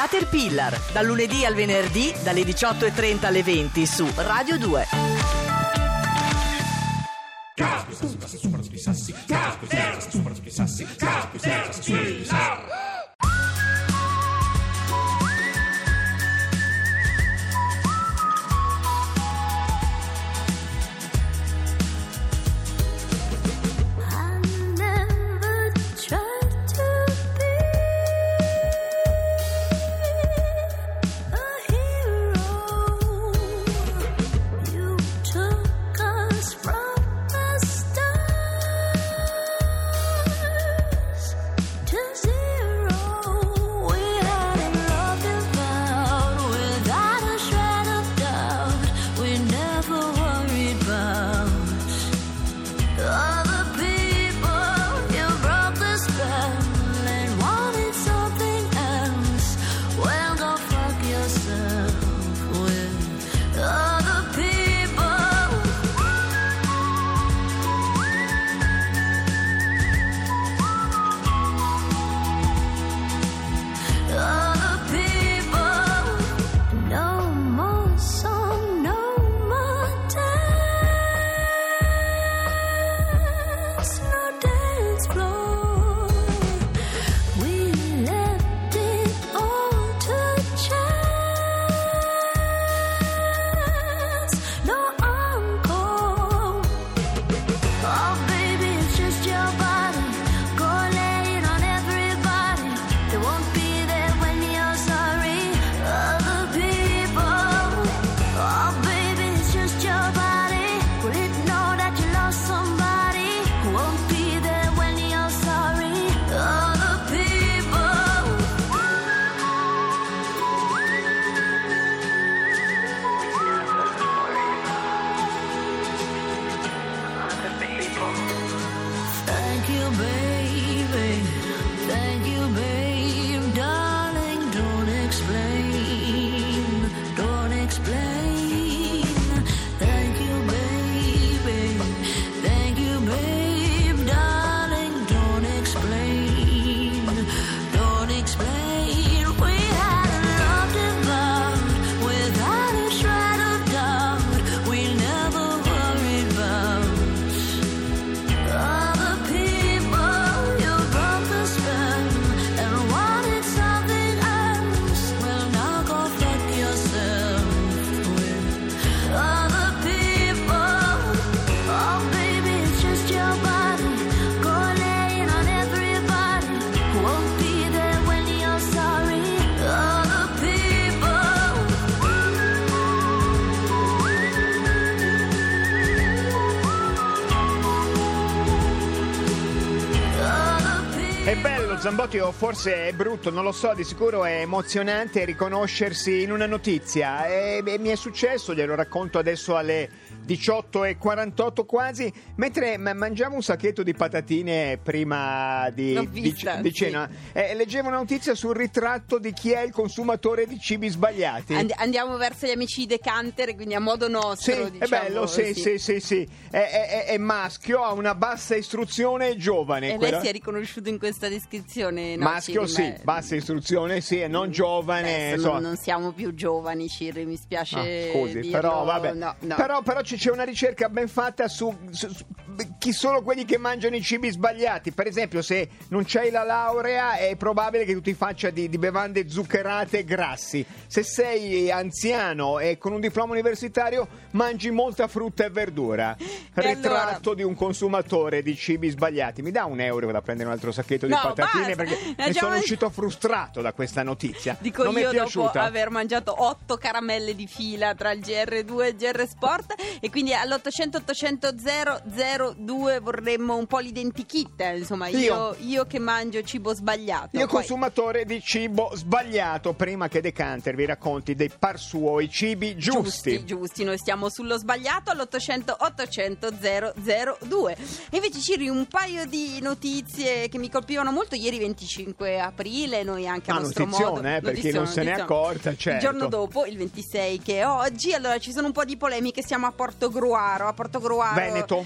Caterpillar, dal lunedì al venerdì dalle 18:30 alle 20 su Radio 2. È bello Zambotti, o forse è brutto, non lo so, di sicuro è emozionante riconoscersi in una notizia e mi è successo, glielo racconto adesso alle 18:48 quasi, mentre mangiamo un sacchetto di patatine prima di cena. Leggevo una notizia sul ritratto di chi è il consumatore di cibi sbagliati. Andiamo verso gli amici di Decanter, quindi a modo nostro. Sì, diciamo, è bello, sì. È maschio, ha una bassa istruzione, è giovane. E lei si è riconosciuto in questa descrizione? No, Maschio, Ciri, bassa istruzione, sì, e non giovane. Non siamo più giovani, Ciri, mi spiace scusi, dirlo. però vabbè. No. Però c'è una ricerca ben fatta su chi sono quelli che mangiano i cibi sbagliati. Per esempio, se non c'hai la laurea è probabile che tu ti faccia di bevande zuccherate e grassi. Se sei anziano e con un diploma universitario mangi molta frutta e verdura. Ritratto di un consumatore di cibi sbagliati. Mi dà €1 da prendere un altro sacchetto di patatine, basta. perché ne sono uscito frustrato da questa notizia. Dico, non io mi è piaciuta. dopo aver mangiato 8 caramelle di fila tra il GR2 e il GR Sport, e quindi all'800 800 002 vorremmo un po' l'identikit, insomma, io che mangio cibo sbagliato. Io consumatore di cibo sbagliato, prima che Decanter vi racconti dei par suoi cibi giusti. Noi stiamo sullo sbagliato all'800 800 002. E invece, Ciri, un paio di notizie che mi colpivano molto. Ieri 25 aprile noi anche a nostro modo, per chi non se ne è accorta, certo. Il giorno dopo, il 26, che è oggi, allora ci sono un po' di polemiche. Siamo a Portogruaro, Veneto.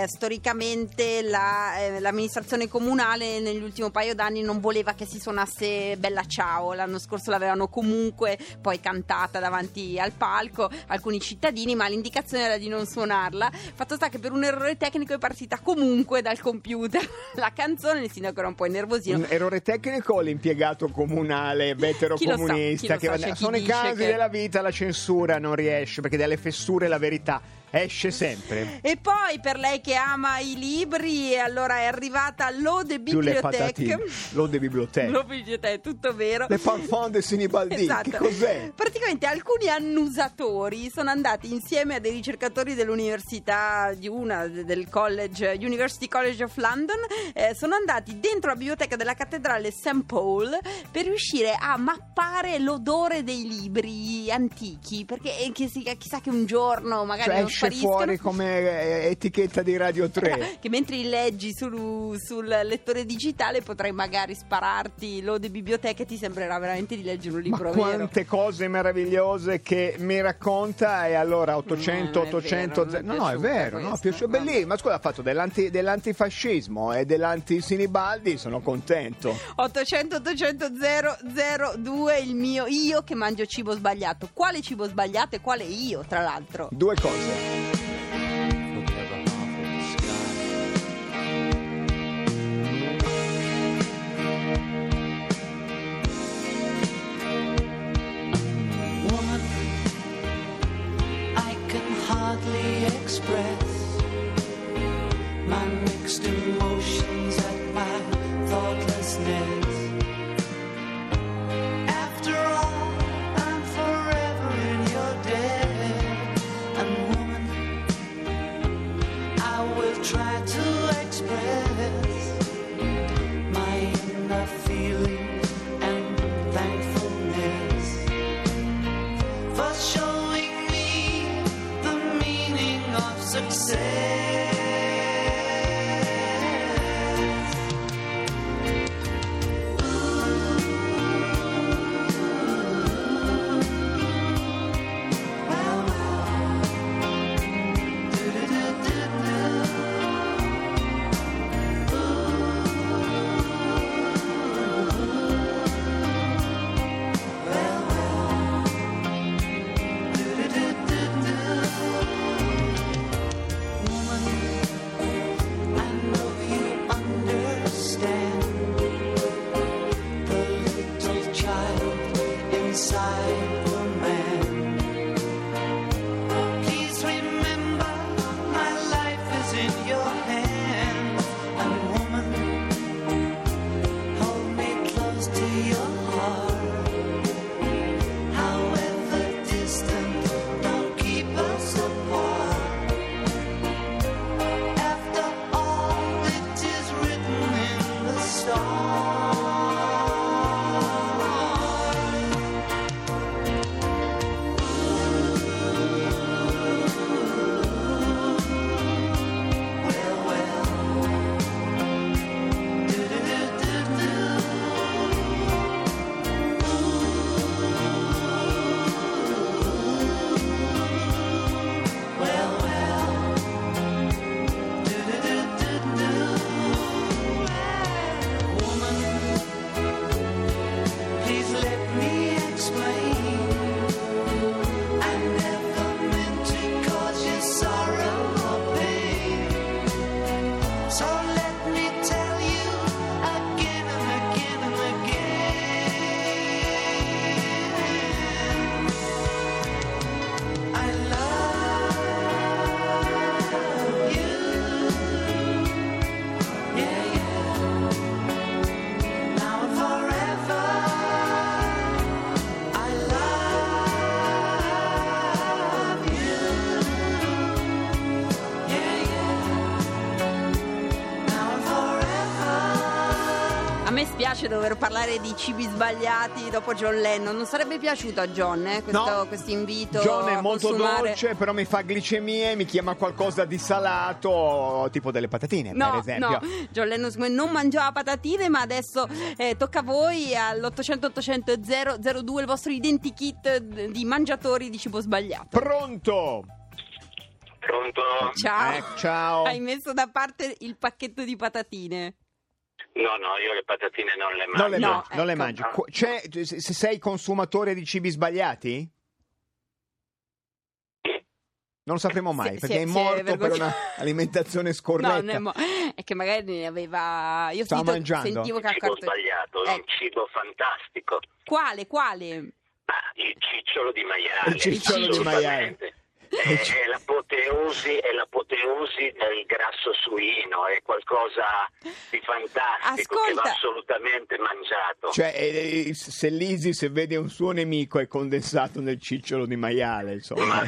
storicamente l'amministrazione comunale nell'ultimo paio d'anni non voleva che si suonasse Bella Ciao. L'anno scorso l'avevano comunque poi cantata davanti al palco alcuni cittadini, ma l'indicazione era di non suonarla. Fatto sta che per un errore tecnico è partita comunque dal computer la canzone, il sindaco era un po' innervosito. Un errore tecnico o l'impiegato comunale vetero-comunista? Sono i casi della vita, la censura non riesce, perché dalle fessure la verità esce sempre. E poi per lei che ama i libri, allora è arrivata l'Ode Bibliothèque. L'Ode Bibliothèque. L'Ode Bibliothèque, tutto vero. Le Parfum de Sinibaldi. Esatto. Che cos'è? Praticamente alcuni annusatori sono andati insieme a dei ricercatori dell'università del college, University College of London, sono andati dentro la biblioteca della cattedrale St. Paul per riuscire a mappare l'odore dei libri antichi, perché chissà che un giorno magari non fuori come etichetta di Radio 3 che mentre leggi sul lettore digitale potrai magari spararti l'Ode Bibliothèque e ti sembrerà veramente di leggere un libro vero. Quante cose meravigliose che mi racconta. E allora 800 no, è vero, no, piace bellissimo. Ma scusa, ha fatto dell'antifascismo e dell'antisinibaldi, sono contento. 800 002 il mio io che mangio cibo sbagliato. Quale cibo sbagliato e quale io, tra l'altro? Due cose. Woman, I can hardly express my mixed emotions at my thoughtlessness. After all, I'm forever in your debt. And woman, I will try to express my inner feelings and thankfulness for showing me the meaning of success. me spiace dover parlare di cibi sbagliati dopo John Lennon. Non sarebbe piaciuto a John questo invito? John è molto consumare... dolce, però mi fa glicemie, mi chiama qualcosa di salato, tipo delle patatine, per esempio. No, John Lennon non mangiava patatine, ma adesso tocca a voi all'800 800 002 il vostro identikit di mangiatori di cibo sbagliato. Pronto? Pronto? Ciao. Ciao. Hai messo da parte il pacchetto di patatine? No, io le patatine non le mangio. Non le ecco. mangi. Se sei consumatore di cibi sbagliati? Non lo sapremo mai, Sì, perché sì, è sì, morto è per vergognoso. un'alimentazione No, scorretta. è che magari ne aveva... Io Stava mangiando. sentivo che Cibo sbagliato, è un cibo fantastico. Quale? Il cicciolo di maiale. Il cicciolo di assolutamente. È l'apoteosi del grasso suino, è qualcosa di fantastico che va Ascolta. assolutamente mangiato. Cioè, se l'ISIS vede un suo nemico è condensato nel cicciolo di maiale, insomma. Ma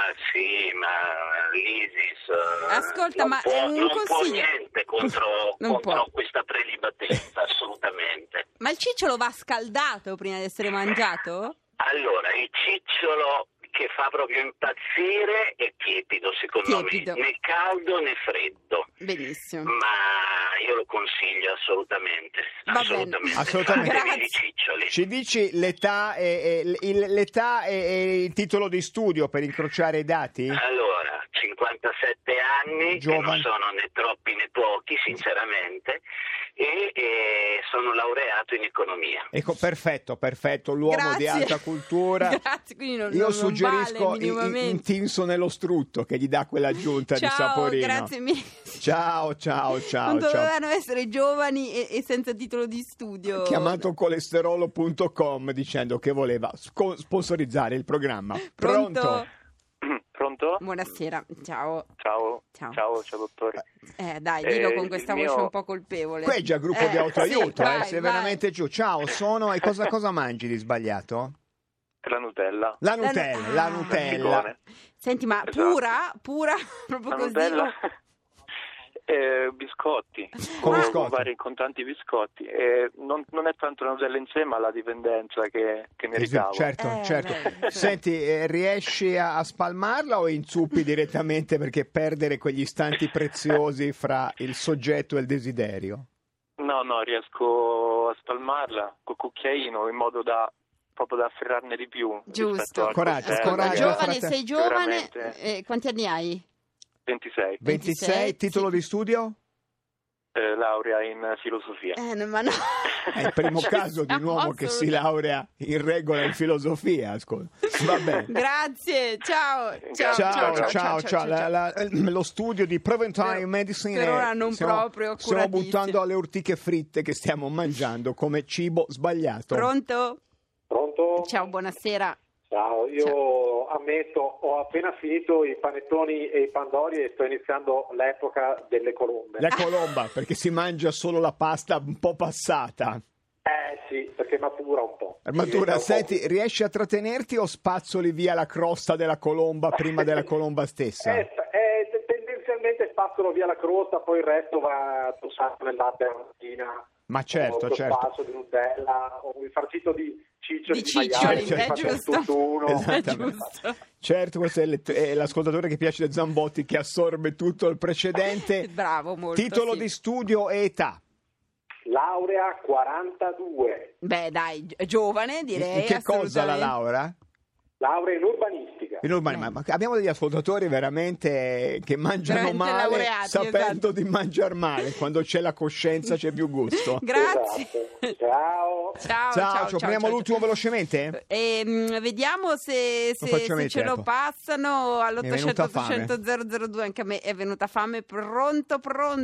l'ISIS Ascolta, ma è un non può consiglio. niente contro Non può. questa prelibatezza, assolutamente. Ma il cicciolo va scaldato prima di essere mangiato? Allora, il cicciolo che fa proprio impazzire è tiepido, secondo Tiepido. me, né caldo né freddo. Benissimo. Ma io lo consiglio assolutamente. Va Assolutamente. Assolutamente. Fatevi Grazie. i ciccioli. Ci dici l'età e il titolo di studio per incrociare i dati? Allora, 57 anni, che Giovane. non sono né troppi né pochi, sinceramente, e sono laureato in economia. Ecco, perfetto, l'uomo di Grazie. alta cultura. Grazie, quindi Io non suggerisco vale minimamente. intinso nello strutto che gli dà quell'aggiunta di Ciao, saporino. grazie mille. Ciao. Non dovevano essere giovani e senza titolo di studio. Chiamato colesterolo.com dicendo che voleva sponsorizzare il programma. Pronto? Pronto? Buonasera, ciao. Ciao, Ciao. dottore. Dai, dillo con il questa mio- voce un po' colpevole. Qui è già gruppo di autoaiuto, sì, vai, sei vai. veramente giù. Ciao, sono... E cosa mangi di sbagliato? La Nutella. La Nutella. Ficone. Senti, ma Esatto. pura, proprio La così? Nutella. Biscotti. Con Con biscotti. con tanti biscotti. Non è tanto la Nutella in sé, ma la dipendenza che ne ricavo. Certo. beh, Senti, riesci a spalmarla o inzuppi direttamente perché perdere quegli istanti preziosi fra il soggetto e il desiderio? No, riesco a spalmarla col cucchiaino in modo da proprio da afferrarne di più. Giusto. rispetto al Coraggio, coltello, coraggio, che- Giovane, frate- sei giovane. Veramente. Quanti anni hai? 26. 26, titolo sì. di studio? Laurea in filosofia. Ma no. È il primo Cioè, caso di un siamo uomo che si assolutamente- laurea in regola in filosofia, ascolta. Va bene. Grazie, ciao. Ciao. Lo studio di Preventive Per- Medicine per ora non proprio stiamo accuratissimo. buttando alle ortiche fritte che stiamo mangiando come cibo sbagliato. Pronto? Pronto? Ciao, buonasera. Ciao, io ammetto, ho appena finito i panettoni e i pandori e sto iniziando l'epoca delle colombe. La colomba, perché si mangia solo la pasta un po' passata. Sì, perché matura un po'. Armatura, Diventa un po'. senti, riesci a trattenerti o spazzoli via la crosta della colomba prima della colomba stessa? Tendenzialmente spazzolo via la crosta, poi il resto va tossato nel latte la mattina. Ma certo, O lo certo. spasso di Nutella, o il farcito di ciccioli Di maiale, ciccioli, che è faccio il giusto. tutt'uno. È Esattamente. giusto. Certo, questo è l'ascoltatore che piace da Zambotti che assorbe tutto il precedente. Bravo, molto. Titolo sì. di studio e età. Laurea 42, Beh, dai, giovane direi. In che cosa la assolutamente. laurea? laurea in urbanistica. In urbani, ma abbiamo degli ascoltatori veramente che mangiano Veramente male laureati, sapendo esatto. di mangiare male. Quando c'è la coscienza c'è più gusto. Grazie. Esatto. Ciao. Ciao, Ciao, prendiamo l'ultimo velocemente? Vediamo se Lo facciamo in ce lo tempo. passano Mi è venuta all'800 fame. 002. Anche a me è venuta fame. Pronto.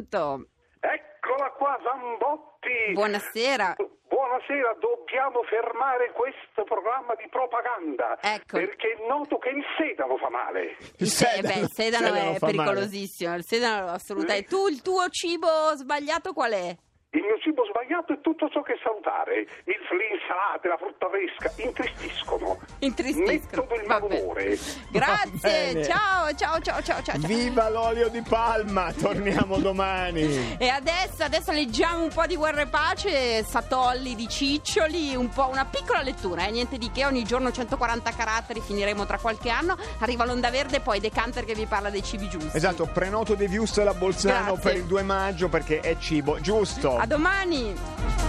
Eccola qua, Zambotti. Buonasera. Buonasera, dobbiamo fermare questo programma di propaganda. Ecco. Perché è noto che il sedano fa male. Il sedano è fa male. pericolosissimo. Il sedano assolutamente. Tu il tuo cibo sbagliato qual è? Il mio cibo sbagliato è tutto ciò che è salutare. L'insalata, la frutta fresca intristiscono. Intristiscono. Mettono il Va bene. malumore. Grazie. bene. Ciao. Viva l'olio di palma, torniamo domani. E adesso leggiamo un po' di Guerra e Pace, Satolli di Ciccioli, una piccola lettura, niente di che, ogni giorno 140 caratteri, finiremo tra qualche anno, arriva l'Onda Verde e poi Decanter che vi parla dei cibi giusti. Esatto, prenoto dei Vius alla Bolzano Grazie. per il 2 maggio perché è cibo giusto. A domani!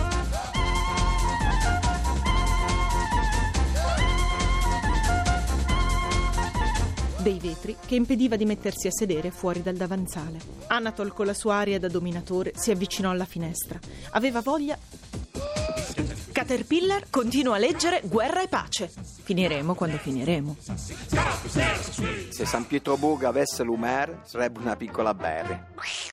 dei vetri che impediva di mettersi a sedere fuori dal davanzale. Anatol, con la sua aria da dominatore, si avvicinò alla finestra. Aveva voglia... Caterpillar continua a leggere Guerra e pace. Finiremo quando finiremo. Se San Pietroburgo avesse l'Umer, sarebbe una piccola Berry.